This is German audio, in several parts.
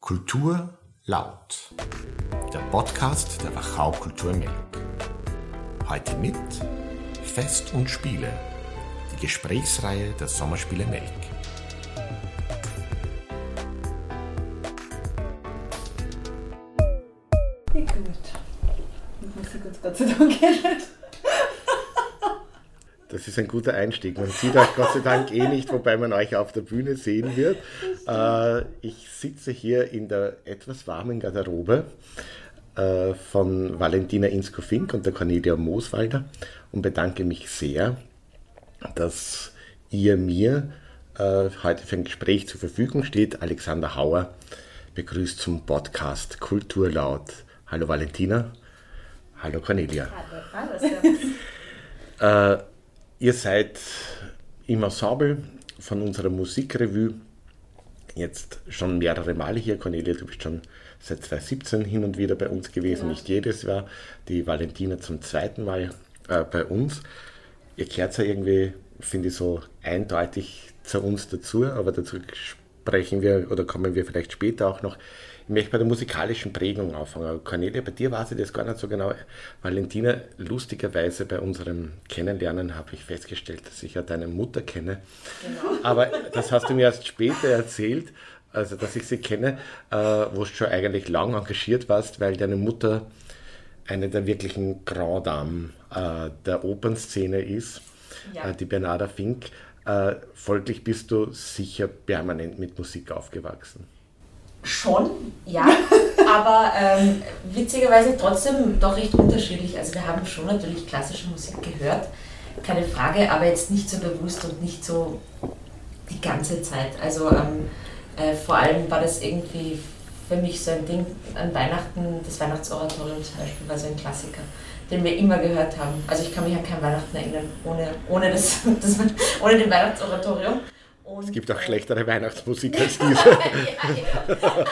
Kultur laut, der Podcast der Wachau Kultur Melk. Heute mit Fest und Spiele, die Gesprächsreihe der Sommerspiele Melk. Ja, gut. Die Musik uns Gott sei Dank gerettet. Das ist ein guter Einstieg. Man sieht euch Gott sei Dank nicht, wobei man euch auf der Bühne sehen wird. Ich sitze hier in der etwas warmen Garderobe von Valentina Insko-Fink und der Cornelia Mooswalder und bedanke mich sehr, dass ihr mir heute für ein Gespräch zur Verfügung steht. Alexander Hauer begrüßt zum Podcast Kultur laut. Hallo Valentina. Hallo Cornelia. Hallo, Ihr seid im Ensemble von unserer Musikrevue jetzt schon mehrere Male hier. Cornelia, du bist schon seit 2017 hin und wieder bei uns gewesen, genau. Nicht jedes Jahr. Die Valentina zum zweiten Mal bei uns. Ihr kehrt ja irgendwie, finde ich, so eindeutig zu uns dazu, aber dazu sprechen wir oder kommen wir vielleicht später auch noch. Ich möchte bei der musikalischen Prägung anfangen. Cornelia, bei dir weiß ich das gar nicht so genau. Valentina, lustigerweise bei unserem Kennenlernen habe ich festgestellt, dass ich ja deine Mutter kenne. Genau. Aber das hast du mir erst später erzählt, also dass ich sie kenne, wo du schon eigentlich lang engagiert warst, weil deine Mutter eine der wirklichen Grand Dames der Opernszene ist, ja. Die Bernarda Fink. Folglich bist du sicher permanent mit Musik aufgewachsen. Schon, ja, aber witzigerweise trotzdem doch recht unterschiedlich. Also wir haben schon natürlich klassische Musik gehört, keine Frage, aber jetzt nicht so bewusst und nicht so die ganze Zeit. Also vor allem war das irgendwie für mich so ein Ding an Weihnachten, das Weihnachtsoratorium zum Beispiel war so ein Klassiker, den wir immer gehört haben. Also ich kann mich an kein Weihnachten erinnern ohne dem Weihnachtsoratorium. Und, es gibt auch schlechtere Weihnachtsmusik als diese. Ja.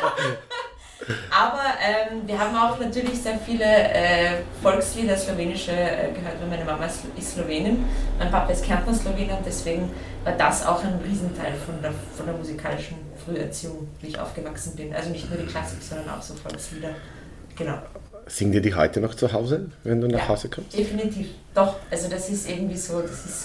Aber wir haben auch natürlich sehr viele Volkslieder, slowenische gehört, weil meine Mama ist Slowenin, mein Papa ist Kärntner Slowene und deswegen war das auch ein Riesenteil von der musikalischen Früherziehung, wie ich aufgewachsen bin. Also nicht nur die Klassik, sondern auch so Volkslieder. Genau. Singen dir die heute noch zu Hause, wenn du nach Hause kommst? Definitiv, doch. Also das ist irgendwie so,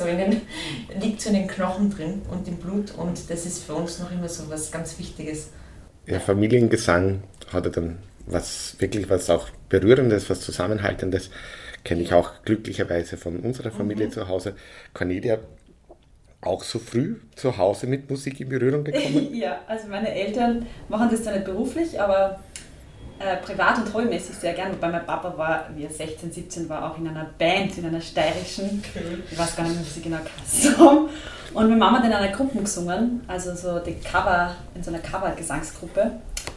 liegt so in den Knochen drin und im Blut und das ist für uns noch immer so was ganz Wichtiges. Ja, Familiengesang hat ja dann was auch Berührendes, was Zusammenhaltendes. Kenne ich auch glücklicherweise von unserer Familie zu Hause. Cornelia, auch so früh zu Hause mit Musik in Berührung gekommen? Ja, also meine Eltern machen das zwar nicht beruflich, aber privat und hobbymäßig sehr gern, wobei mein Papa war, wie er 16, 17 war, auch in einer Band, in einer steirischen, ich weiß gar nicht mehr, wie sie genau geheißen haben. Und meine Mama hat in einer Gruppe gesungen, also so in so einer Cover-Gesangsgruppe.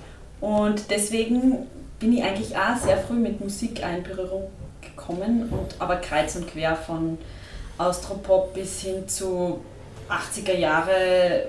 Und deswegen bin ich eigentlich auch sehr früh mit Musik in Berührung gekommen, aber kreuz und quer von Austropop bis hin zu 80er Jahre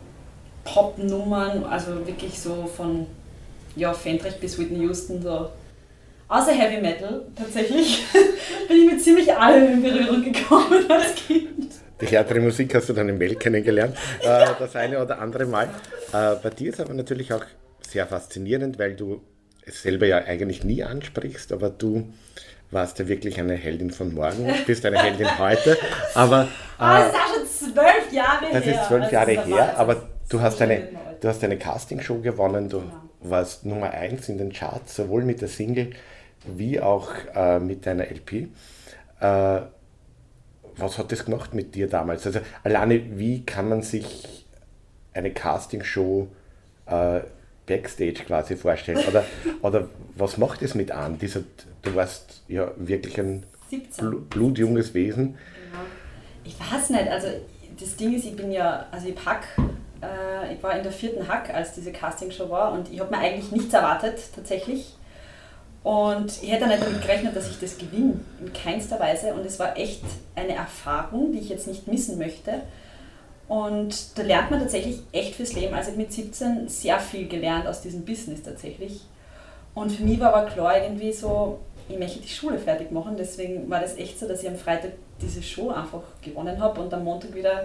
Popnummern, also wirklich so von Fendrich bis Whitney Houston, so. Außer Heavy Metal, tatsächlich, bin ich mit ziemlich allem in Berührung gekommen als Kind. Die härtere Musik hast du dann im Melk kennengelernt, das eine oder andere Mal. Bei dir ist aber natürlich auch sehr faszinierend, weil du es selber ja eigentlich nie ansprichst, aber du warst ja wirklich eine Heldin von morgen, bist eine Heldin heute. Aber, das ist auch schon 12 Jahre her. Das ist 12 Jahre her, aber du hast eine Castingshow gewonnen, du warst Nummer 1 in den Charts, sowohl mit der Single wie auch mit deiner LP. Was hat das gemacht mit dir damals? Also alleine, wie kann man sich eine Castingshow Backstage quasi vorstellen? Oder was macht es mit an? Du warst ja wirklich ein blutjunges Wesen. Genau. Ich weiß nicht, also das Ding ist, ich war in der 4. Hack, als diese Castingshow war und ich habe mir eigentlich nichts erwartet, tatsächlich. Und ich hätte nicht damit gerechnet, dass ich das gewinne, in keinster Weise. Und es war echt eine Erfahrung, die ich jetzt nicht missen möchte. Und da lernt man tatsächlich echt fürs Leben. Also mit 17 sehr viel gelernt aus diesem Business tatsächlich. Und für mich war aber klar irgendwie so, ich möchte die Schule fertig machen. Deswegen war das echt so, dass ich am Freitag diese Show einfach gewonnen habe und am Montag wieder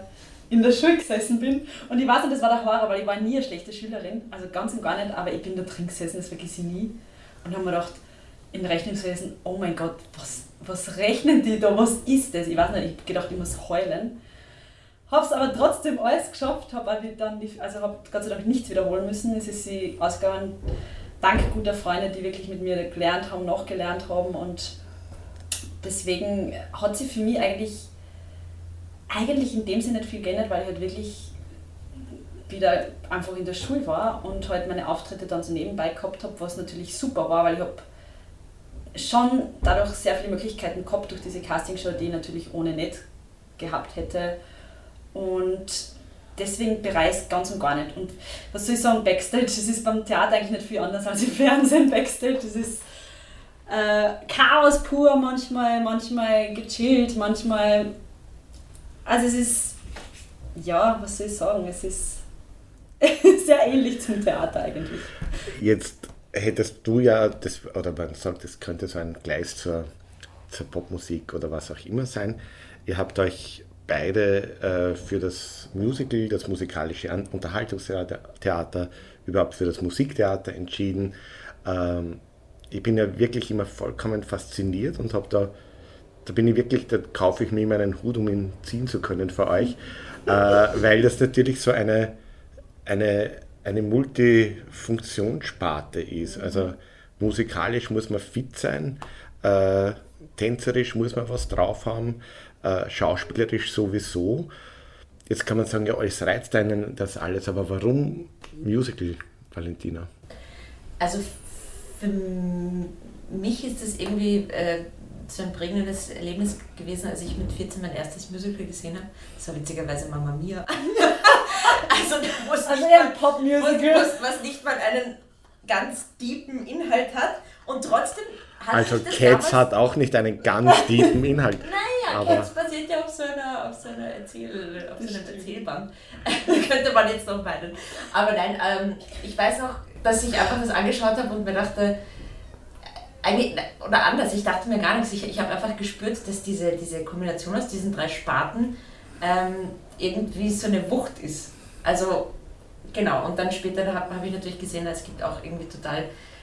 in der Schule gesessen bin. Und ich weiß nicht, das war der Horror, weil ich war nie eine schlechte Schülerin, also ganz und gar nicht, aber ich bin da drin gesessen, das vergesse ich nie. Und habe mir gedacht, in Rechnungswesen, oh mein Gott, was rechnen die da, was ist das? Ich weiß nicht, ich habe gedacht, ich muss heulen. Habe es aber trotzdem alles geschafft, habe Gott sei Dank nichts wiederholen müssen. Es ist sie ausgegangen, dank guter Freunde, die wirklich mit mir gelernt haben, nachgelernt haben, und deswegen hat sie für mich eigentlich in dem Sinne nicht viel geändert, weil ich halt wirklich wieder einfach in der Schule war und halt meine Auftritte dann so nebenbei gehabt habe, was natürlich super war, weil ich habe schon dadurch sehr viele Möglichkeiten gehabt durch diese Castingshow, die ich natürlich ohne nicht gehabt hätte, und deswegen bereist ganz und gar nicht. Und was soll ich sagen, Backstage, das ist beim Theater eigentlich nicht viel anders als im Fernsehen. Backstage, das ist Chaos pur, manchmal gechillt, manchmal, also es ist, ja, was soll ich sagen, es ist sehr ähnlich zum Theater eigentlich. Jetzt hättest du ja, oder man sagt, das könnte so ein Gleis zur Popmusik oder was auch immer sein. Ihr habt euch beide für das Musical, das musikalische Unterhaltungstheater, überhaupt für das Musiktheater entschieden. Ich bin ja wirklich immer vollkommen fasziniert und habe da bin ich wirklich, da kaufe ich mir immer einen Hut, um ihn ziehen zu können für euch, weil das natürlich so eine Multifunktionssparte ist. Also musikalisch muss man fit sein, tänzerisch muss man was drauf haben, schauspielerisch sowieso. Jetzt kann man sagen, ja, es reizt einen das alles, aber warum Musical, Valentina? Also für mich ist das irgendwie so ein prägendes Erlebnis gewesen, als ich mit 14 mein erstes Musical gesehen habe. Das war witzigerweise Mamma Mia. Also ein Pop-Musical. Was nicht mal einen ganz tiefen Inhalt hat, und trotzdem hat also sich das Cats hat auch nicht einen ganz tiefen Inhalt. Naja, aber Cats basiert ja auf so einem Erzählband. Könnte man jetzt noch meinen. Aber nein, ich weiß noch, dass ich einfach das angeschaut habe und mir dachte, oder anders, ich dachte mir gar nichts. Ich habe einfach gespürt, dass diese Kombination aus diesen 3 Sparten irgendwie so eine Wucht ist. Also, genau. Und dann später habe ich natürlich gesehen, es gibt auch irgendwie total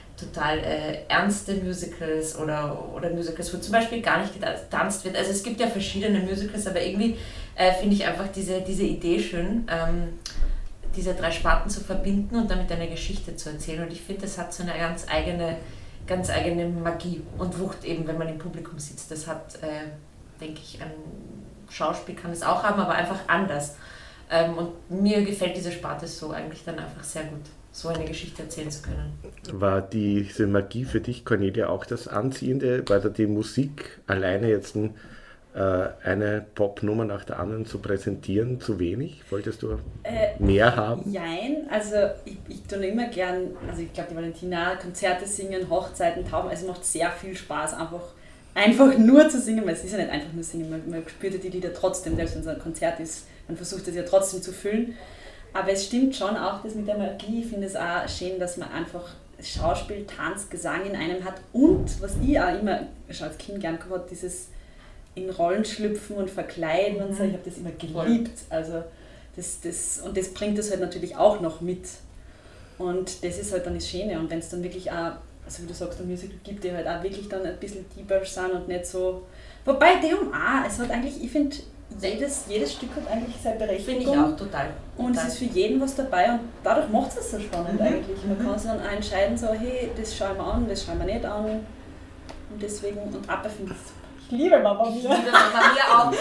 ernste Musicals oder Musicals, wo zum Beispiel gar nicht getanzt wird. Also es gibt ja verschiedene Musicals, aber irgendwie finde ich einfach diese Idee schön, diese 3 Sparten zu verbinden und damit eine Geschichte zu erzählen. Und ich finde, das hat so eine ganz eigene Magie und Wucht, eben wenn man im Publikum sitzt. Das hat, denke ich, ein Schauspiel kann es auch haben, aber einfach anders. Und mir gefällt diese Sparte so eigentlich dann einfach sehr gut, so eine Geschichte erzählen zu können. War diese Magie für dich, Cornelia, auch das Anziehende? War da die Musik alleine jetzt eine Popnummer nach der anderen zu präsentieren zu wenig? Wolltest du mehr haben? Nein, also ich tue immer gern, also ich glaube die Valentina, Konzerte singen, Hochzeiten, Taufen, also es macht sehr viel Spaß, einfach nur zu singen, weil es ist ja nicht einfach nur singen, man spürt ja die Lieder trotzdem, selbst wenn es ein Konzert ist, man versucht es ja trotzdem zu füllen. Aber es stimmt schon auch, das mit der Magie, ich finde es auch schön, dass man einfach Schauspiel, Tanz, Gesang in einem hat, und was ich auch immer schon als Kind gern gehabt, dieses in Rollen schlüpfen und verkleiden und so, ich habe das immer geliebt. Also das bringt es halt natürlich auch noch mit. Und das ist halt dann das Schöne. Und wenn es dann wirklich auch, also wie du sagst, ein Musical gibt, die halt auch wirklich dann ein bisschen deeper sind und nicht so. Wobei die auch, es hat eigentlich, ich finde, jedes Stück hat eigentlich seine Berechtigung. Finde ich auch, total. Und es ist für jeden was dabei und dadurch macht es so spannend eigentlich. Man kann sich dann auch entscheiden, so, hey, das schauen wir an, das schauen wir nicht an. Und deswegen, und Abba finde ich super. Ich liebe Mamma Mia. Ich liebe Mamma Mia auch.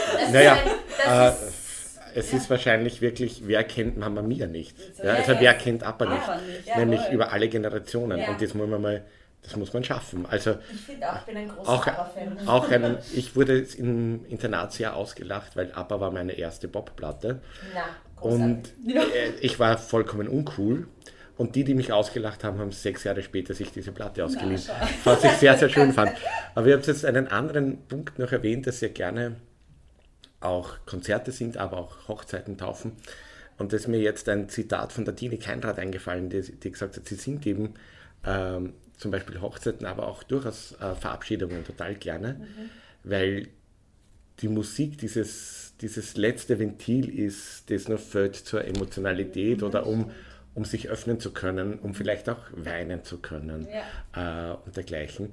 Es ist wahrscheinlich wirklich, wer kennt Mamma Mia nicht? So, also wer kennt Abba nicht? Ja, nämlich voll. über alle Generationen. Ja. Und das muss man schaffen. Also Ich finde auch, ich bin ein großer ABBA-Fan. Ich wurde im Internatsjahr ausgelacht, weil ABBA war meine erste Popplatte. Und ich war vollkommen uncool. Und die mich ausgelacht haben, haben 6 Jahre später sich diese Platte ausgeliehen. Was ich sehr, sehr schön fand. Aber ihr habt jetzt einen anderen Punkt noch erwähnt, dass ihr gerne auch Konzerte singt, aber auch Hochzeiten, Taufen. Und da ist mir jetzt ein Zitat von der Tine Keinrad eingefallen, die gesagt hat, sie singt eben zum Beispiel Hochzeiten, aber auch durchaus Verabschiedungen total gerne, weil die Musik dieses letzte Ventil ist, das noch fehlt zur Emotionalität oder um sich öffnen zu können, um vielleicht auch weinen zu können und dergleichen.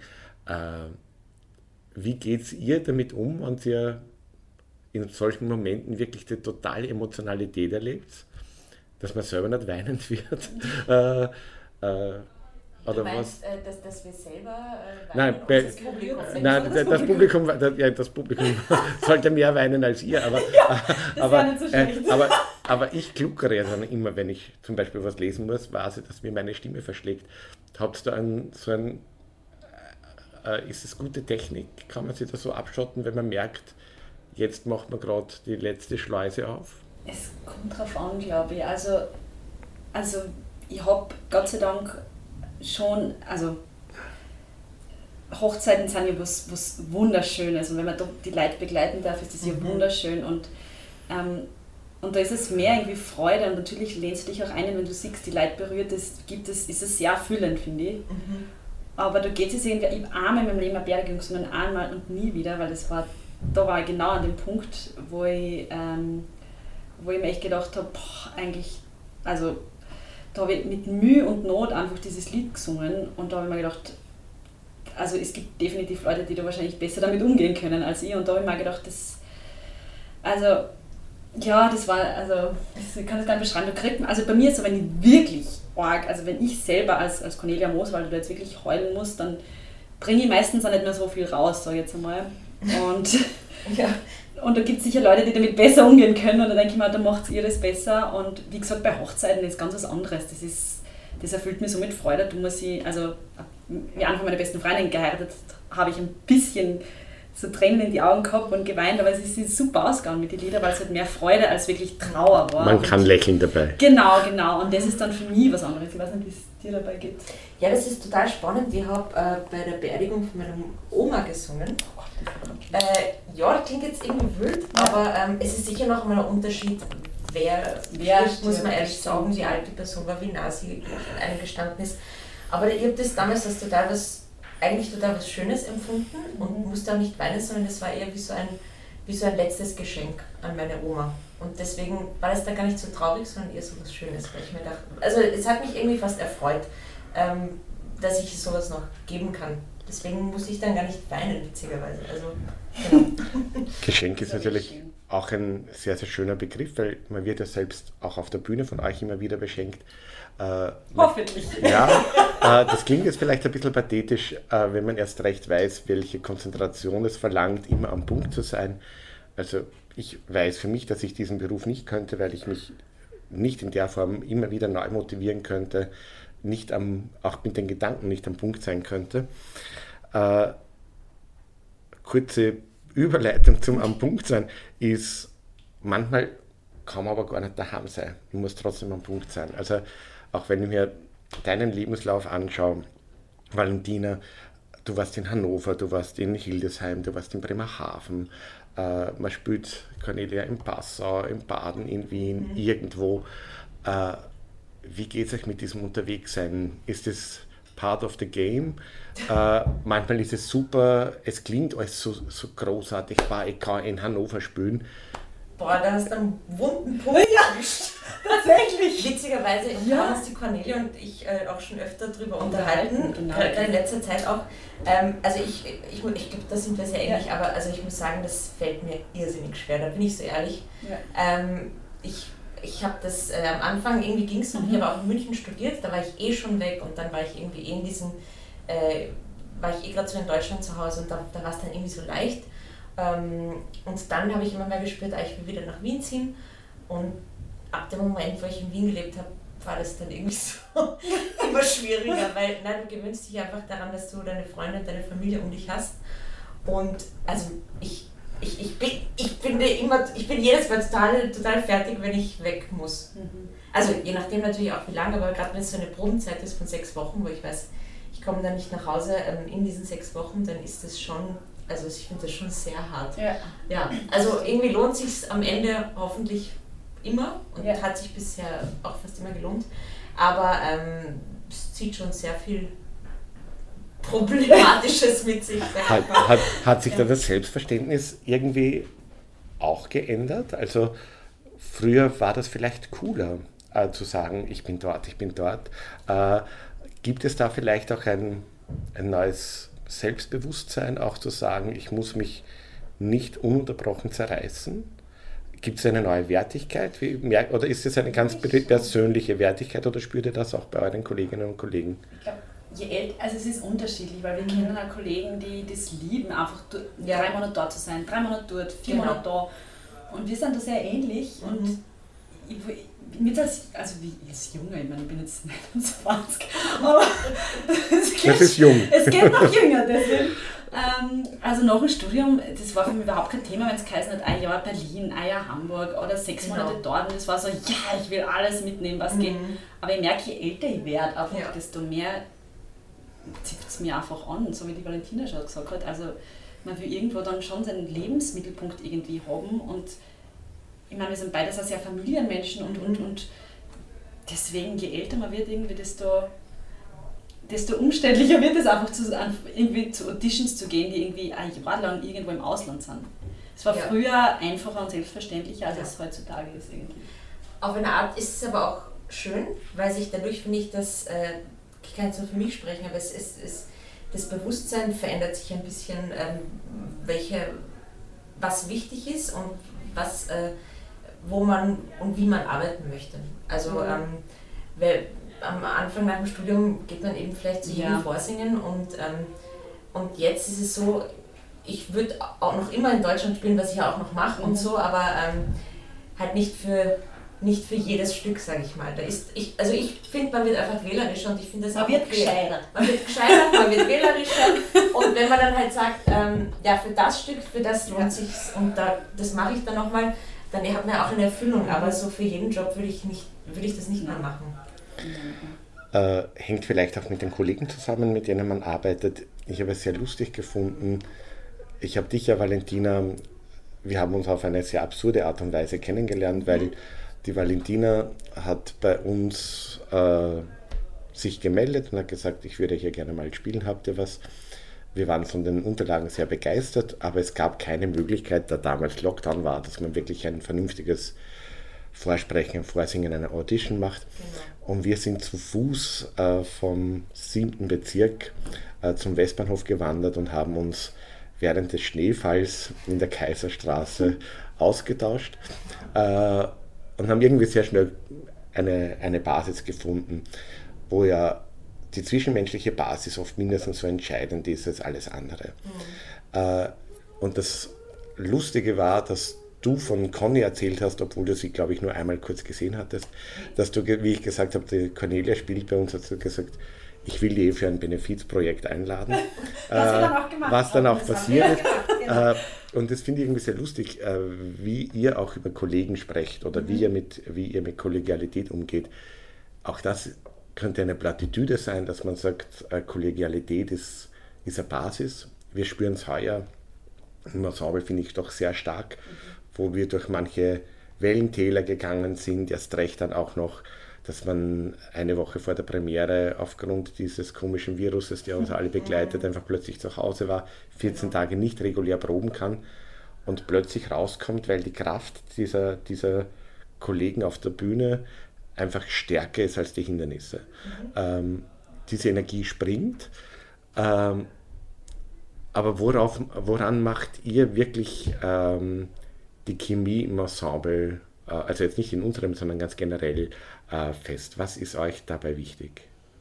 Wie geht es ihr damit um, wenn ihr in solchen Momenten wirklich die totale Emotionalität erlebt, dass man selber nicht weinend wird? Du meinst, dass wir selber nein, das Publikum? Nein, das Publikum sollte mehr weinen als ihr, aber ich gluckere ja dann immer, wenn ich zum Beispiel was lesen muss, weiß ich, dass mir meine Stimme verschlägt. Habt ihr ist es gute Technik? Kann man sich da so abschotten, wenn man merkt, jetzt macht man gerade die letzte Schleuse auf? Es kommt drauf an, glaube ich. Also ich habe Gott sei Dank schon, also Hochzeiten sind ja was Wunderschönes und wenn man die Leute begleiten darf, ist das ja wunderschön und da ist es mehr irgendwie Freude und natürlich lehnst du dich auch ein, wenn du siehst, die Leute berührt, ist es sehr fühlend, finde ich. Aber da geht es irgendwie, ich habe einmal in meinem Leben eine Beerdigung gesungen, einmal und nie wieder, weil da war ich genau an dem Punkt, wo ich mir echt gedacht habe, eigentlich, also da habe ich mit Mühe und Not einfach dieses Lied gesungen und da habe ich mir gedacht, also es gibt definitiv Leute, die da wahrscheinlich besser damit umgehen können als ich und da habe ich mir gedacht, das war, also ich kann das gar nicht beschreiben, also bei mir ist es, wenn ich wirklich arg, also wenn ich selber als Cornelia Mooswald da jetzt wirklich heulen muss, dann bringe ich meistens auch nicht mehr so viel raus, sage ich jetzt einmal. Und, und da gibt es sicher Leute, die damit besser umgehen können und da denke ich mir, da macht ihr das besser und wie gesagt, bei Hochzeiten ist ganz was anderes, das erfüllt mich so mit Freude, also wie einer von meiner besten Freundinnen geheiratet, habe ich ein bisschen so Tränen in die Augen gehabt und geweint, aber es ist super ausgegangen mit den Liedern, weil es halt mehr Freude als wirklich Trauer war. Man kann lächeln dabei. Genau, und das ist dann für mich was anderes. Ich weiß nicht, wie es dir dabei geht. Ja, das ist total spannend. Ich habe bei der Beerdigung von meiner Oma gesungen. Das klingt jetzt irgendwie wild, aber es ist sicher noch mal ein Unterschied, wer muss man ehrlich sagen, die alte Person war, wie nah sie einem gestanden ist. Aber ich habe das damals als total was Schönes empfunden und musste auch nicht weinen, sondern es war eher wie so ein letztes Geschenk an meine Oma. Und deswegen war es da gar nicht so traurig, sondern eher so was Schönes, weil ich mir dachte, also es hat mich irgendwie fast erfreut, dass ich sowas noch geben kann. Deswegen muss ich dann gar nicht weinen, witzigerweise. Also, genau. Geschenk ist natürlich auch ein sehr, sehr schöner Begriff, weil man wird ja selbst auch auf der Bühne von euch immer wieder beschenkt. Hoffentlich. Ja, das klingt jetzt vielleicht ein bisschen pathetisch, wenn man erst recht weiß, welche Konzentration es verlangt, immer am Punkt zu sein. Also ich weiß für mich, dass ich diesen Beruf nicht könnte, weil ich mich nicht in der Form immer wieder neu motivieren könnte, auch mit den Gedanken nicht am Punkt sein könnte. Kurze Überleitung zum am Punkt sein ist, manchmal kann man aber gar nicht daheim sein. Man muss trotzdem am Punkt sein. Also auch wenn ich mir deinen Lebenslauf anschaue, Valentina, du warst in Hannover, du warst in Hildesheim, du warst in Bremerhaven, man spielt Cornelia in Passau, in Baden, in Wien, irgendwo. Wie geht es euch mit diesem Unterwegssein? Ist es part of the game? Manchmal ist es super, es klingt alles so großartig, ich kann in Hannover spielen. Boah, da hast du einen wunden Punkt erwischt. Tatsächlich. Witzigerweise haben uns die Cornelia und ich auch schon öfter drüber unterhalten, genau. Gerade in letzter Zeit auch. Also ich glaube, da sind wir sehr ähnlich, aber also ich muss sagen, das fällt mir irrsinnig schwer, da bin ich so ehrlich. Ja. Ich habe das am Anfang, irgendwie ging es noch, ich habe auch in München studiert, da war ich schon weg und dann war ich irgendwie in diesem, war ich gerade so in Deutschland zu Hause und da war es dann irgendwie so leicht. Und dann habe ich immer mehr gespürt, ich will wieder nach Wien ziehen und ab dem Moment, wo ich in Wien gelebt habe, war das dann irgendwie so immer schwieriger, weil du gewöhnst dich einfach daran, dass du deine Freunde und deine Familie um dich hast und also ich bin jedes Mal total fertig, wenn ich weg muss. Also je nachdem natürlich auch wie lange, aber gerade wenn es so eine Probenzeit ist von 6 Wochen, wo ich weiß, ich komme dann nicht nach Hause in diesen 6 Wochen, dann ist das schon, also ich finde das schon sehr hart. Ja, also irgendwie lohnt es sich am Ende hoffentlich immer und hat sich bisher auch fast immer gelohnt, aber es zieht schon sehr viel Problematisches mit sich. Hat sich da das Selbstverständnis irgendwie auch geändert? Also früher war das vielleicht cooler, zu sagen, ich bin dort. Gibt es da vielleicht auch ein neues Selbstbewusstsein, auch zu sagen, ich muss mich nicht ununterbrochen zerreißen? Gibt es eine neue Wertigkeit? Oder ist es eine ganz persönliche Wertigkeit oder spürt ihr das auch bei euren Kolleginnen und Kollegen? Ich glaube, also es ist unterschiedlich, weil wir kennen auch Kollegen, die das lieben, einfach 3 Monate dort zu sein, 3 Monate dort, 4 Monate da. Und wir sind da sehr ähnlich. Und wie als Junge, ich meine, ich bin jetzt 29, aber das ist jung. Es geht noch jünger, deswegen. Also nach dem Studium, das war für mich überhaupt kein Thema, wenn es geheißen hat, ein Jahr Berlin, ein Jahr Hamburg oder 6 Monate dort. Und das war so, ja, ich will alles mitnehmen, was geht. Aber ich merke, je älter ich werde, einfach, desto mehr zieht es mir einfach an, so wie die Valentina schon gesagt hat. Also man will irgendwo dann schon seinen Lebensmittelpunkt irgendwie haben und ich meine, wir sind beides auch sehr Familienmenschen und deswegen, je älter man wird, irgendwie, desto umständlicher wird es einfach, irgendwie zu Auditions zu gehen, die irgendwie ein Jahr lang irgendwo im Ausland sind. Es war früher einfacher und selbstverständlicher, als es heutzutage ist. Irgendwie. Auf eine Art ist es aber auch schön, weil sich dadurch, finde ich, ich kann jetzt nur für mich sprechen, aber das Bewusstsein verändert sich ein bisschen, was wichtig ist und wo man und wie man arbeiten möchte. Also weil am Anfang nach dem Studium geht man eben vielleicht zu jedem vorsingen und jetzt ist es so, ich würde auch noch immer in Deutschland spielen, was ich ja auch noch mache und so, aber halt nicht für jedes Stück, sage ich mal. Ich finde, man wird einfach wählerischer und ich finde das auch Man wird gescheitert. Man wird gescheitert, man wird wählerischer und wenn man dann halt sagt, für das Stück, für das lohnt sich's und das mache ich dann nochmal, dann hat man auch eine Erfüllung, aber so für jeden Job würde ich das nicht mehr machen. Hängt vielleicht auch mit den Kollegen zusammen, mit denen man arbeitet. Ich habe es sehr lustig gefunden. Ich habe dich ja, Valentina, wir haben uns auf eine sehr absurde Art und Weise kennengelernt, weil die Valentina hat bei uns sich gemeldet und hat gesagt, ich würde hier gerne mal spielen, habt ihr was? Wir waren von den Unterlagen sehr begeistert, aber es gab keine Möglichkeit, da damals Lockdown war, dass man wirklich ein vernünftiges Vorsprechen, Vorsingen einer Audition macht. Genau. Und wir sind zu Fuß vom 7. Bezirk zum Westbahnhof gewandert und haben uns während des Schneefalls in der Kaiserstraße ausgetauscht und haben irgendwie sehr schnell eine Basis gefunden, wo ja die zwischenmenschliche Basis oft mindestens so entscheidend ist als alles andere. Und das Lustige war, dass du von Conny erzählt hast, obwohl du sie, glaube ich, nur einmal kurz gesehen hattest, dass du, wie ich gesagt habe, die Cornelia spielt bei uns, hast du gesagt, ich will die für ein Benefizprojekt einladen. Was dann auch passiert ist. Genau. Und das finde ich irgendwie sehr lustig, wie ihr auch über Kollegen sprecht oder wie ihr mit Kollegialität umgeht. Auch das könnte eine Plattitüde sein, dass man sagt, Kollegialität ist eine Basis. Wir spüren es heuer im Ensemble, finde ich, doch sehr stark, wo wir durch manche Wellentäler gegangen sind, erst recht dann auch noch, dass man eine Woche vor der Premiere aufgrund dieses komischen Viruses, der uns alle begleitet, einfach plötzlich zu Hause war, 14 Tage nicht regulär proben kann und plötzlich rauskommt, weil die Kraft dieser Kollegen auf der Bühne einfach stärker ist als die Hindernisse. Diese Energie springt, aber woran macht ihr wirklich die Chemie im Ensemble, also jetzt nicht in unserem, sondern ganz generell fest? Was ist euch dabei wichtig?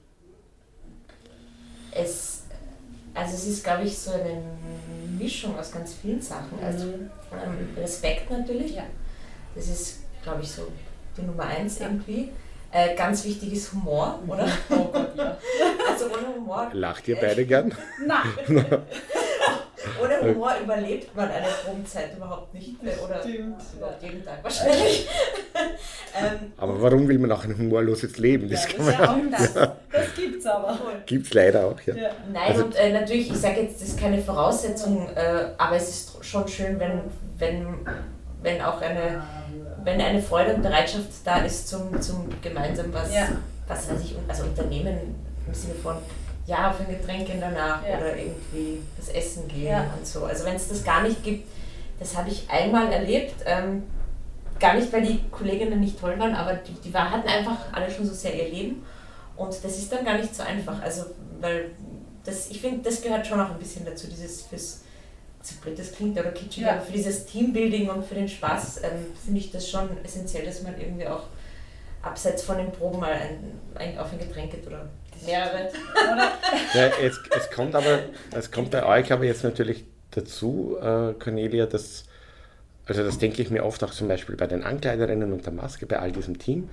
Es ist, glaube ich, so eine Mischung aus ganz vielen Sachen. Also Respekt natürlich, das ist, glaube ich, so die Nummer 1 irgendwie. Ganz wichtig ist Humor, oder? Oh Gott, ja. Also ohne Humor... Lacht ihr beide gern? Nein. Ohne Humor überlebt man eine Probenzeit überhaupt nicht. Oder überhaupt jeden Tag wahrscheinlich. Aber warum will man auch ein humorloses Leben? Das das gibt's aber. Gibt's leider auch, ja. Nein, also, und natürlich, ich sage jetzt, das ist keine Voraussetzung, aber es ist schon schön, wenn auch eine Freude und Bereitschaft da ist zum gemeinsam was weiß ich, also Unternehmen im Sinne von ja, für ein Getränk danach oder irgendwie das Essen gehen und so. Also wenn es das gar nicht gibt, das habe ich einmal erlebt, gar nicht, weil die Kolleginnen nicht toll waren, aber die hatten einfach alle schon so sehr ihr Leben und das ist dann gar nicht so einfach. Also, weil ich finde, das gehört schon auch ein bisschen dazu, so blöd das klingt oder kitschig, aber für dieses Teambuilding und für den Spaß finde ich das schon essentiell, dass man irgendwie auch abseits von den Proben mal auf ein Getränk geht oder mehrere. Ja, es kommt bei euch aber jetzt natürlich dazu, Cornelia, das denke ich mir oft auch zum Beispiel bei den Ankleiderinnen und der Maske, bei all diesem Team.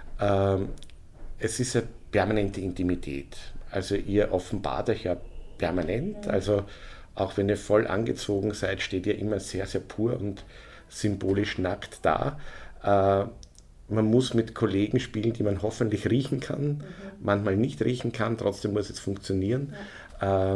Es ist eine permanente Intimität. Also ihr offenbart euch ja permanent. Also auch wenn ihr voll angezogen seid, steht ihr immer sehr, sehr pur und symbolisch nackt da. Man muss mit Kollegen spielen, die man hoffentlich riechen kann, manchmal nicht riechen kann, trotzdem muss es funktionieren. Ja.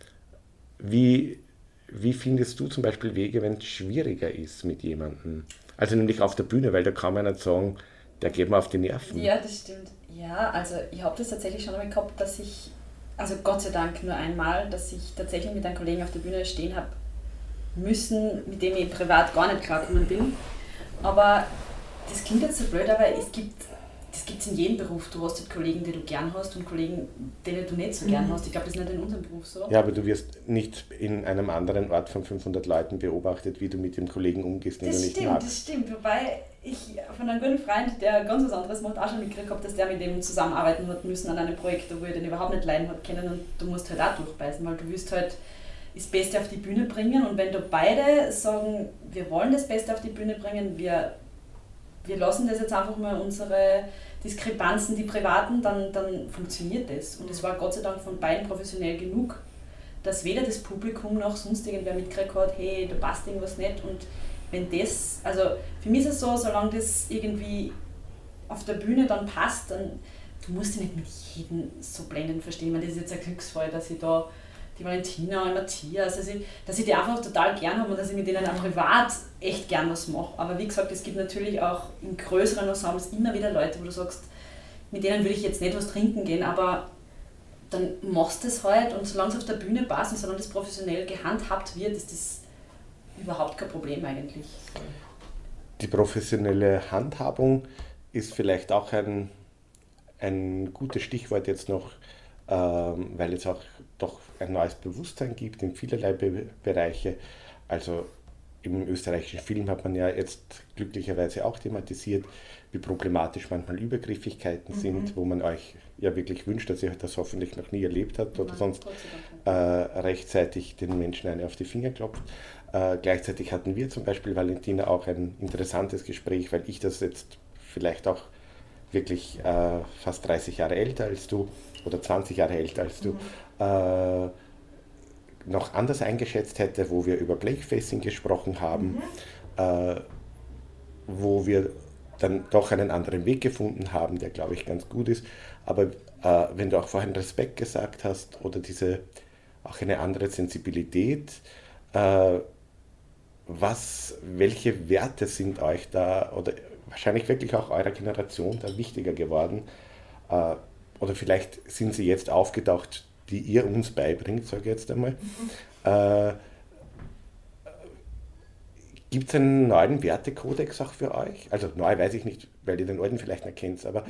Wie findest du zum Beispiel Wege, wenn es schwieriger ist mit jemandem? Also nämlich auf der Bühne, weil da kann man nicht sagen, der geht mir auf die Nerven. Ja, das stimmt. Ja, also ich habe das tatsächlich schon einmal gehabt, dass ich, also Gott sei Dank nur einmal, dass ich tatsächlich mit einem Kollegen auf der Bühne stehen habe müssen, mit dem ich privat gar nicht klargekommen bin. Aber das klingt jetzt so blöd, aber das gibt es in jedem Beruf. Du hast halt Kollegen, die du gern hast und Kollegen, denen du nicht so gern hast. Ich glaube, das ist nicht in unserem Beruf so. Ja, aber du wirst nicht in einem anderen Ort von 500 Leuten beobachtet, wie du mit dem Kollegen umgehst, den du nicht magst. Das stimmt. Wobei ich von einem guten Freund, der ganz was anderes macht, auch schon mitgekriegt habe, dass der mit dem zusammenarbeiten hat müssen an einem Projekt, wo er den überhaupt nicht leiden hat können und du musst halt auch durchbeißen, weil du willst halt das Beste auf die Bühne bringen und wenn da beide sagen, wir wollen das Beste auf die Bühne bringen, wir lassen das jetzt einfach mal unsere Diskrepanzen, die privaten, dann funktioniert das. Und es war Gott sei Dank von beiden professionell genug, dass weder das Publikum noch sonst irgendwer mitgekriegt hat, hey, da passt irgendwas nicht. Und wenn das, also für mich ist es so, solange das irgendwie auf der Bühne dann passt, dann, du musst dich nicht mit jedem so blendend verstehen. Das ist jetzt ein Glücksfall, dass ich da die Valentina und Matthias, dass ich die einfach total gern habe und dass ich mit denen auch privat echt gern was mache. Aber wie gesagt, es gibt natürlich auch in größeren Ensembles immer wieder Leute, wo du sagst, mit denen würde ich jetzt nicht was trinken gehen, aber dann machst du es halt und solange es auf der Bühne passt und solange das professionell gehandhabt wird, ist das überhaupt kein Problem eigentlich. Die professionelle Handhabung ist vielleicht auch ein gutes Stichwort jetzt noch, weil es auch doch ein neues Bewusstsein gibt in vielerlei Bereiche. Also im österreichischen Film hat man ja jetzt glücklicherweise auch thematisiert, wie problematisch manchmal Übergriffigkeiten sind, wo man euch ja wirklich wünscht, dass ihr das hoffentlich noch nie erlebt habt oder sonst rechtzeitig den Menschen eine auf die Finger klopft. Gleichzeitig hatten wir zum Beispiel, Valentina, auch ein interessantes Gespräch, weil ich das jetzt vielleicht auch wirklich fast 30 Jahre älter als du oder 20 Jahre älter als du, noch anders eingeschätzt hätte, wo wir über Blakefacing gesprochen haben, wo wir dann doch einen anderen Weg gefunden haben, der, glaube ich, ganz gut ist. Aber wenn du auch vorhin Respekt gesagt hast oder auch eine andere Sensibilität, welche Werte sind euch da oder wahrscheinlich wirklich auch eurer Generation da wichtiger geworden? Oder vielleicht sind sie jetzt aufgetaucht, die ihr uns beibringt, sage ich jetzt einmal. Gibt es einen neuen Wertekodex auch für euch? Also neu weiß ich nicht, weil ihr den alten vielleicht nicht kennt, aber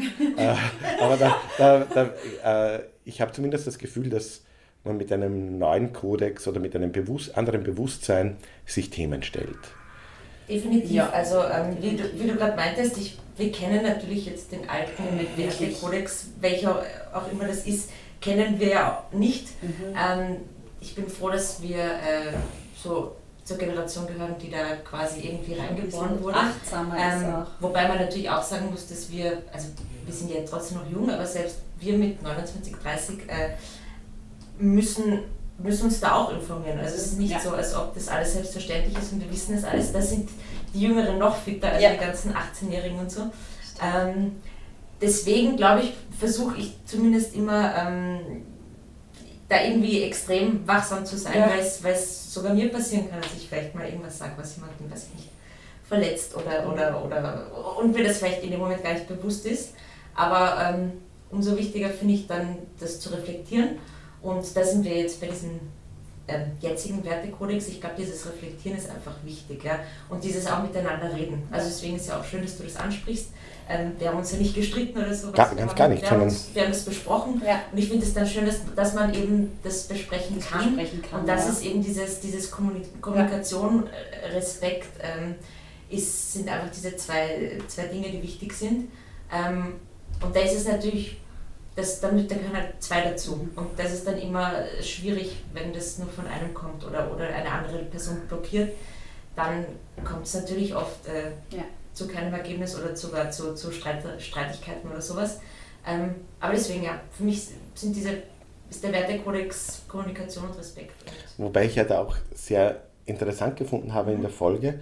ich habe zumindest das Gefühl, dass man mit einem neuen Kodex oder mit einem anderen Bewusstsein sich Themen stellt. Definitiv. Ja. Also wie du gerade meintest, wir kennen natürlich jetzt den alten Wertekodex, welcher auch immer das ist, kennen wir ja nicht. Ich bin froh, dass wir so zur Generation gehören, die da quasi irgendwie reingeboren wurde. Wobei man natürlich auch sagen muss, dass wir sind ja trotzdem noch jung, aber selbst wir mit 29, 30 müssen uns da auch informieren. Also es ist nicht so, als ob das alles selbstverständlich ist und wir wissen das alles. Da sind die Jüngeren noch fitter als die ganzen 18-Jährigen und so. Deswegen, glaube ich, versuche ich zumindest immer da irgendwie extrem wachsam zu sein, weil es sogar mir passieren kann, dass ich vielleicht mal irgendwas sage, was jemanden, weiß ich nicht, verletzt oder und mir das vielleicht in dem Moment gar nicht bewusst ist. Aber umso wichtiger finde ich dann, das zu reflektieren Und da sind wir jetzt bei diesem jetzigen Wertekodex. Ich glaube, dieses Reflektieren ist einfach wichtig, ja? Und dieses auch miteinander reden. Also deswegen ist ja auch schön, dass du das ansprichst. Wir haben uns ja nicht gestritten oder so. Gar nicht. Wir haben es besprochen und ich finde es dann schön, dass man eben das besprechen kann. Und das ist eben dieses Kommunikation, Respekt, sind einfach diese zwei Dinge, die wichtig sind. Und da ist es natürlich, da gehören halt zwei dazu. Und das ist dann immer schwierig, wenn das nur von einem kommt oder eine andere Person blockiert. Dann kommt es natürlich oft zu keinem Ergebnis oder sogar zu Streitigkeiten oder sowas. Aber deswegen, ja, für mich ist der Wertekodex Kommunikation und Respekt. Wobei ich ja da auch sehr interessant gefunden habe in der Folge,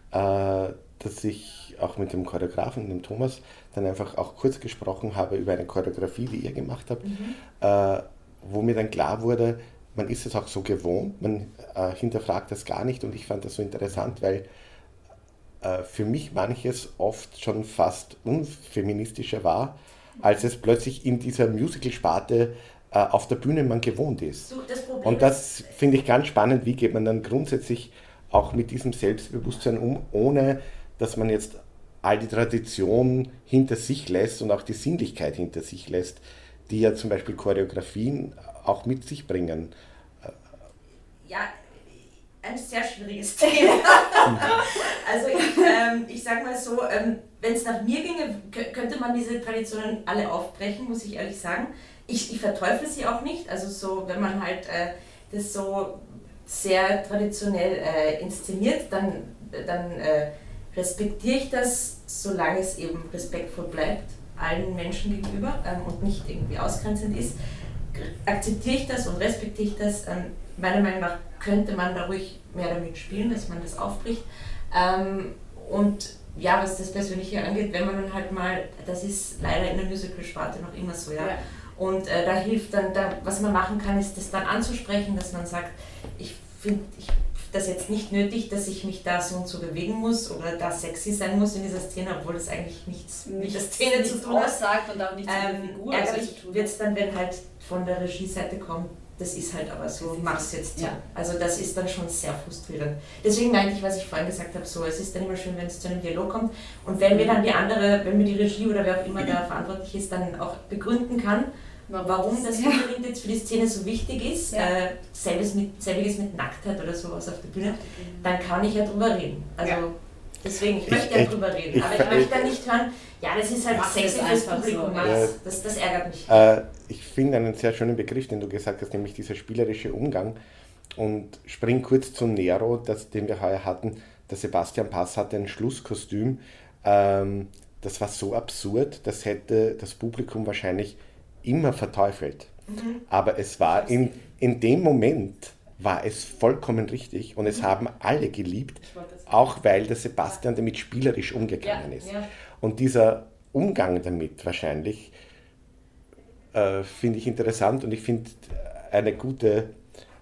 dass ich auch mit dem Choreografen, dem Thomas, dann einfach auch kurz gesprochen habe über eine Choreografie, die ihr gemacht habt, wo mir dann klar wurde, man ist es auch so gewohnt, man hinterfragt das gar nicht und ich fand das so interessant, weil für mich manches oft schon fast unfeministischer war, als es plötzlich in dieser Musical-Sparte auf der Bühne man gewohnt ist. Und das finde ich ganz spannend, wie geht man dann grundsätzlich auch mit diesem Selbstbewusstsein um, ohne dass man jetzt all die Tradition hinter sich lässt und auch die Sinnlichkeit hinter sich lässt, die ja zum Beispiel Choreografien auch mit sich bringen. Ja, ein sehr schwieriges Thema. Also ich sage mal so, wenn es nach mir ginge, könnte man diese Traditionen alle aufbrechen, muss ich ehrlich sagen. Ich verteufel sie auch nicht, also so, wenn man halt das so sehr traditionell inszeniert, dann respektiere ich das, solange es eben respektvoll bleibt, allen Menschen gegenüber und nicht irgendwie ausgrenzend ist. Akzeptiere ich das und respektiere ich das. Meiner Meinung nach könnte man da ruhig mehr damit spielen, dass man das aufbricht. Und ja, was das Persönliche angeht, wenn man dann halt mal, das ist leider in der Musical-Sparte noch immer so, ja. Und da hilft dann, was man machen kann, ist das dann anzusprechen, dass man sagt, ich finde das jetzt nicht nötig, dass ich mich da so und so bewegen muss oder da sexy sein muss in dieser Szene, obwohl das eigentlich nichts mit der Szene zu tun hat. Aussagt und auch nicht zu der Figur. Ärgerlich wird es dann, wenn halt von der Regieseite kommt, das ist halt aber so, mach's jetzt so. Ja. Also das ist dann schon sehr frustrierend. Deswegen meinte ich, was ich vorhin gesagt habe, so, es ist dann immer schön, wenn es zu einem Dialog kommt und wenn mir dann wenn mir die Regie oder wer auch immer da verantwortlich ist, dann auch begründen kann, warum das unbedingt jetzt für die Szene so wichtig ist, selbiges mit Nacktheit oder sowas auf der Bühne, dann kann ich ja drüber reden. Also deswegen, ich möchte ja drüber reden, aber ich möchte dann nicht hören, ja, das ist halt sexy fürs Publikum, so. Das ärgert mich. Ich finde einen sehr schönen Begriff, den du gesagt hast, nämlich dieser spielerische Umgang, und spring kurz zu Nero, den wir heuer hatten. Der Sebastian Pass hatte ein Schlusskostüm, das war so absurd, das hätte das Publikum wahrscheinlich immer verteufelt. Aber es war in dem Moment war es vollkommen richtig und es haben alle geliebt, auch weil der Sebastian damit spielerisch umgegangen ist. Ja. Und dieser Umgang damit wahrscheinlich finde ich interessant und ich finde eine gute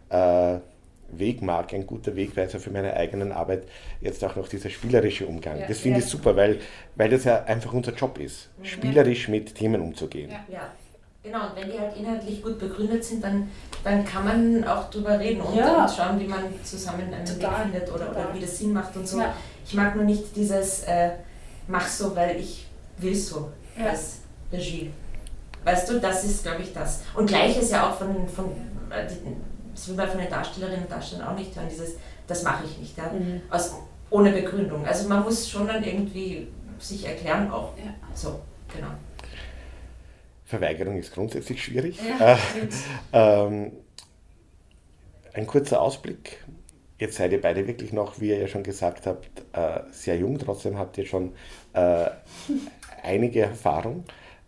Wegmarke, ein guter Wegweiser für meine eigenen Arbeit, jetzt auch noch dieser spielerische Umgang. Das finde ich super, weil das ja einfach unser Job ist, spielerisch mit Themen umzugehen. Ja. Genau, und wenn die halt inhaltlich gut begründet sind, dann kann man auch drüber reden und schauen, wie man zusammen einen Weg findet oder wie das Sinn macht und so. Ja. Ich mag nur nicht dieses mach so, weil ich will so als Regie. Weißt du, das ist, glaube ich, das. Und Gleiches ja auch das will man von den Darstellerinnen und Darstellern auch nicht hören, das mache ich nicht, ohne Begründung. Also man muss schon dann irgendwie sich erklären auch. Ja. So, genau. Verweigerung ist grundsätzlich schwierig. Ein kurzer Ausblick. Jetzt seid ihr beide wirklich noch, wie ihr ja schon gesagt habt, sehr jung. Trotzdem habt ihr schon einige Erfahrung.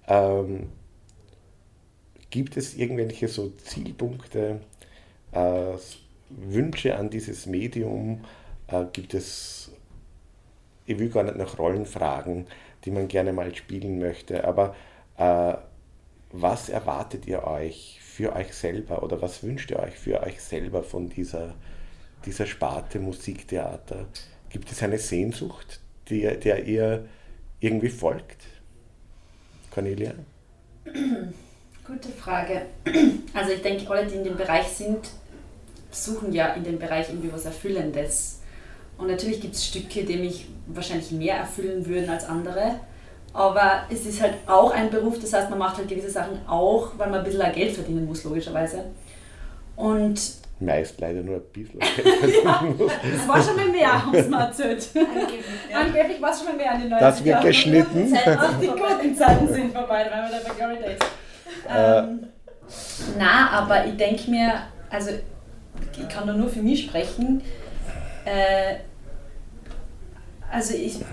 Gibt es irgendwelche so Zielpunkte, Wünsche an dieses Medium? Gibt es, ich will gar nicht nach Rollen fragen, die man gerne mal spielen möchte, aber was erwartet ihr euch für euch selber oder was wünscht ihr euch für euch selber von dieser Sparte Musiktheater? Gibt es eine Sehnsucht, der ihr irgendwie folgt? Cornelia? Gute Frage. Also ich denke, alle, die in dem Bereich sind, suchen ja in dem Bereich irgendwie was Erfüllendes. Und natürlich gibt es Stücke, die mich wahrscheinlich mehr erfüllen würden als andere. Aber es ist halt auch ein Beruf, das heißt, man macht halt gewisse Sachen auch, weil man ein bisschen Geld verdienen muss, logischerweise. Und meist leider nur ein bisschen Geld verdienen muss. Es war schon mal mehr, haben sie mir erzählt. Angeblich war es schon mal mehr an den 90ern. Das wird geschnitten. Auch die guten Zeiten sind vorbei, weil wir da bei Glory Days. Na, aber ich denke mir, also ich kann da nur für mich sprechen, also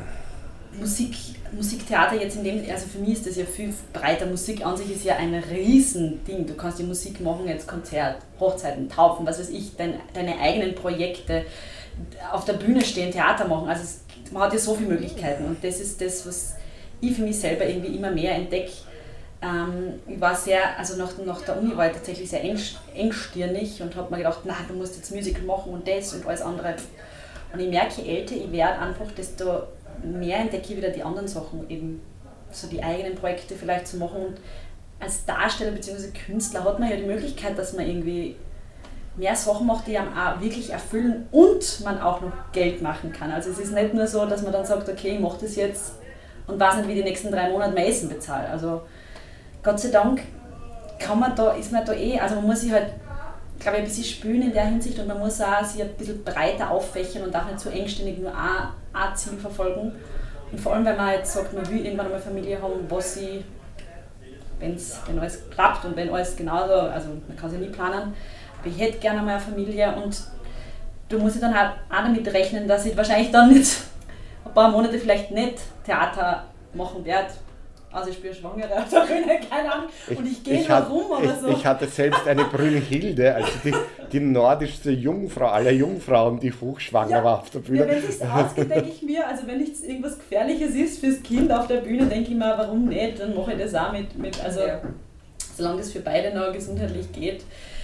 Musiktheater jetzt in dem, also für mich ist das ja viel breiter. Musik an sich ist ja ein Riesending. Du kannst die Musik machen, jetzt Konzert, Hochzeiten, Taufen, was weiß ich, deine eigenen Projekte, auf der Bühne stehen, Theater machen. Also man hat ja so viele Möglichkeiten und das ist das, was ich für mich selber irgendwie immer mehr entdecke. Ich war sehr, also nach der Uni war ich tatsächlich sehr engstirnig und habe mir gedacht, na, du musst jetzt Musical machen und das und alles andere. Und ich merke, je älter ich werde, einfach, desto mehr entdecke ich wieder die anderen Sachen, eben so die eigenen Projekte vielleicht zu machen. Und als Darsteller bzw. Künstler hat man ja die Möglichkeit, dass man irgendwie mehr Sachen macht, die einem auch wirklich erfüllen und man auch noch Geld machen kann. Also es ist nicht nur so, dass man dann sagt, okay, ich mache das jetzt und weiß nicht, wie die nächsten 3 Monate mein Essen bezahle. Also Gott sei Dank ist man da also man muss sich halt, glaube ich, ein bisschen spülen in der Hinsicht und man muss auch sich ein bisschen breiter auffächern und auch nicht so engständig nur ein Ziel verfolgen. Und vor allem, wenn man jetzt sagt, man will irgendwann einmal Familie haben, wenn alles klappt und wenn alles genauso, also man kann es ja nie planen, aber ich hätte gerne mal eine Familie und du musst dann halt auch damit rechnen, dass ich wahrscheinlich dann nicht ein paar Monate vielleicht nicht Theater machen werde. Also ich bin Schwangere auf der Bühne, keine Ahnung, und ich gehe da rum oder so. Ich hatte selbst eine Brünnhilde, also die nordischste Jungfrau aller Jungfrauen, die hochschwanger war auf der Bühne. Ja, wenn es sich ausgeht, denke ich mir, also wenn nichts irgendwas Gefährliches ist fürs Kind auf der Bühne, denke ich mir, warum nicht, dann mache ich das auch mit also solange das für beide noch gesundheitlich geht.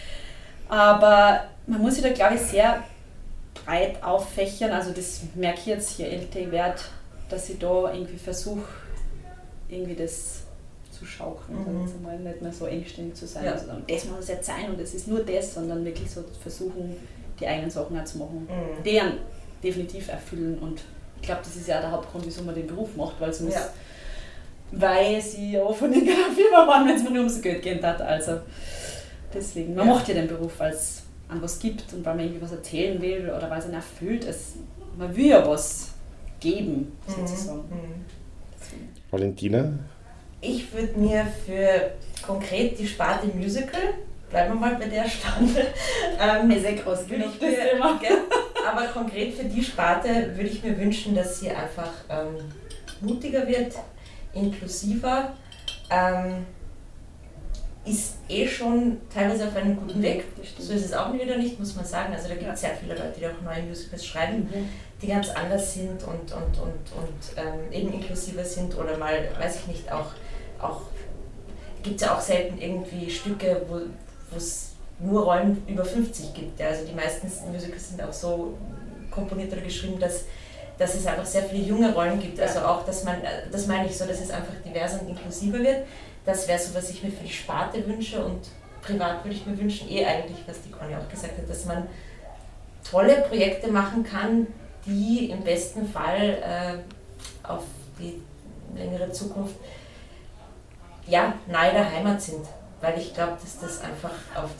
Aber man muss sich da, glaube ich, sehr breit auffächern, also das merke ich jetzt, je älter ich werde, dass ich da irgendwie versuche, irgendwie das zu schaukeln, mal nicht mehr so engständig zu sein. Ja. Also das muss es jetzt sein und es ist nur das, sondern wirklich so versuchen, die eigenen Sachen auch zu machen, deren definitiv erfüllen. Und ich glaube, das ist ja der Hauptgrund, wieso man den Beruf macht, weil sie ja von irgendeiner Firma waren, wenn es mir nur ums Geld gehen hat. Also deswegen, man macht ja den Beruf, weil es an was gibt und weil man irgendwie was erzählen will oder weil es einen erfüllt. Man will ja was geben, sozusagen. Valentina? Ich würde mir für konkret die Sparte Musical, bleiben wir mal bei der Sparte, sehr groß, aber konkret für die Sparte würde ich mir wünschen, dass sie einfach mutiger wird, inklusiver, ist schon teilweise auf einem guten Weg. So ist es auch wieder nicht, muss man sagen. Also da gibt es sehr viele Leute, die auch neue Musicals schreiben, die ganz anders sind und eben inklusiver sind oder mal, weiß ich nicht, auch gibt es ja auch selten irgendwie Stücke, wo es nur Rollen über 50 gibt. Ja. Also die meisten Musicals sind auch so komponiert oder geschrieben, dass es einfach sehr viele junge Rollen gibt. Also auch, das meine ich so, dass es einfach diverser und inklusiver wird. Das wäre so, was ich mir für die Sparte wünsche und privat würde ich mir wünschen, eigentlich, was die Conny auch gesagt hat, dass man tolle Projekte machen kann, die im besten Fall auf die längere Zukunft nahe der Heimat sind. Weil ich glaube, dass das einfach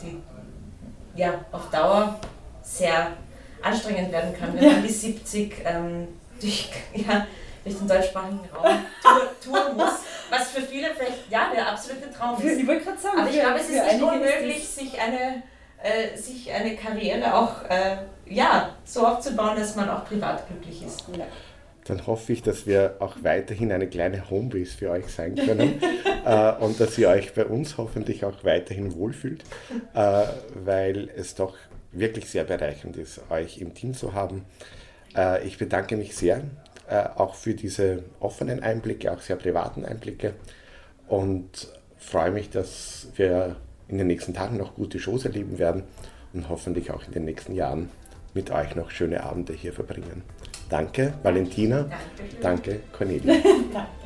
auf Dauer sehr anstrengend werden kann, wenn man bis 70 durch den deutschsprachigen Raum touren muss. Was für viele vielleicht der absolute Traum ist. Ich wollte gerade sagen, aber ich glaube, es ist nicht unmöglich, sich eine Karriere auch so aufzubauen, dass man auch privat glücklich ist. Ja. Dann hoffe ich, dass wir auch weiterhin eine kleine Homebase für euch sein können und dass ihr euch bei uns hoffentlich auch weiterhin wohlfühlt, weil es doch wirklich sehr bereichernd ist, euch im Team zu haben. Ich bedanke mich sehr, auch für diese offenen Einblicke, auch sehr privaten Einblicke und freue mich, dass wir in den nächsten Tagen noch gute Shows erleben werden und hoffentlich auch in den nächsten Jahren mit euch noch schöne Abende hier verbringen. Danke, Valentina. Danke, Cornelia. Danke.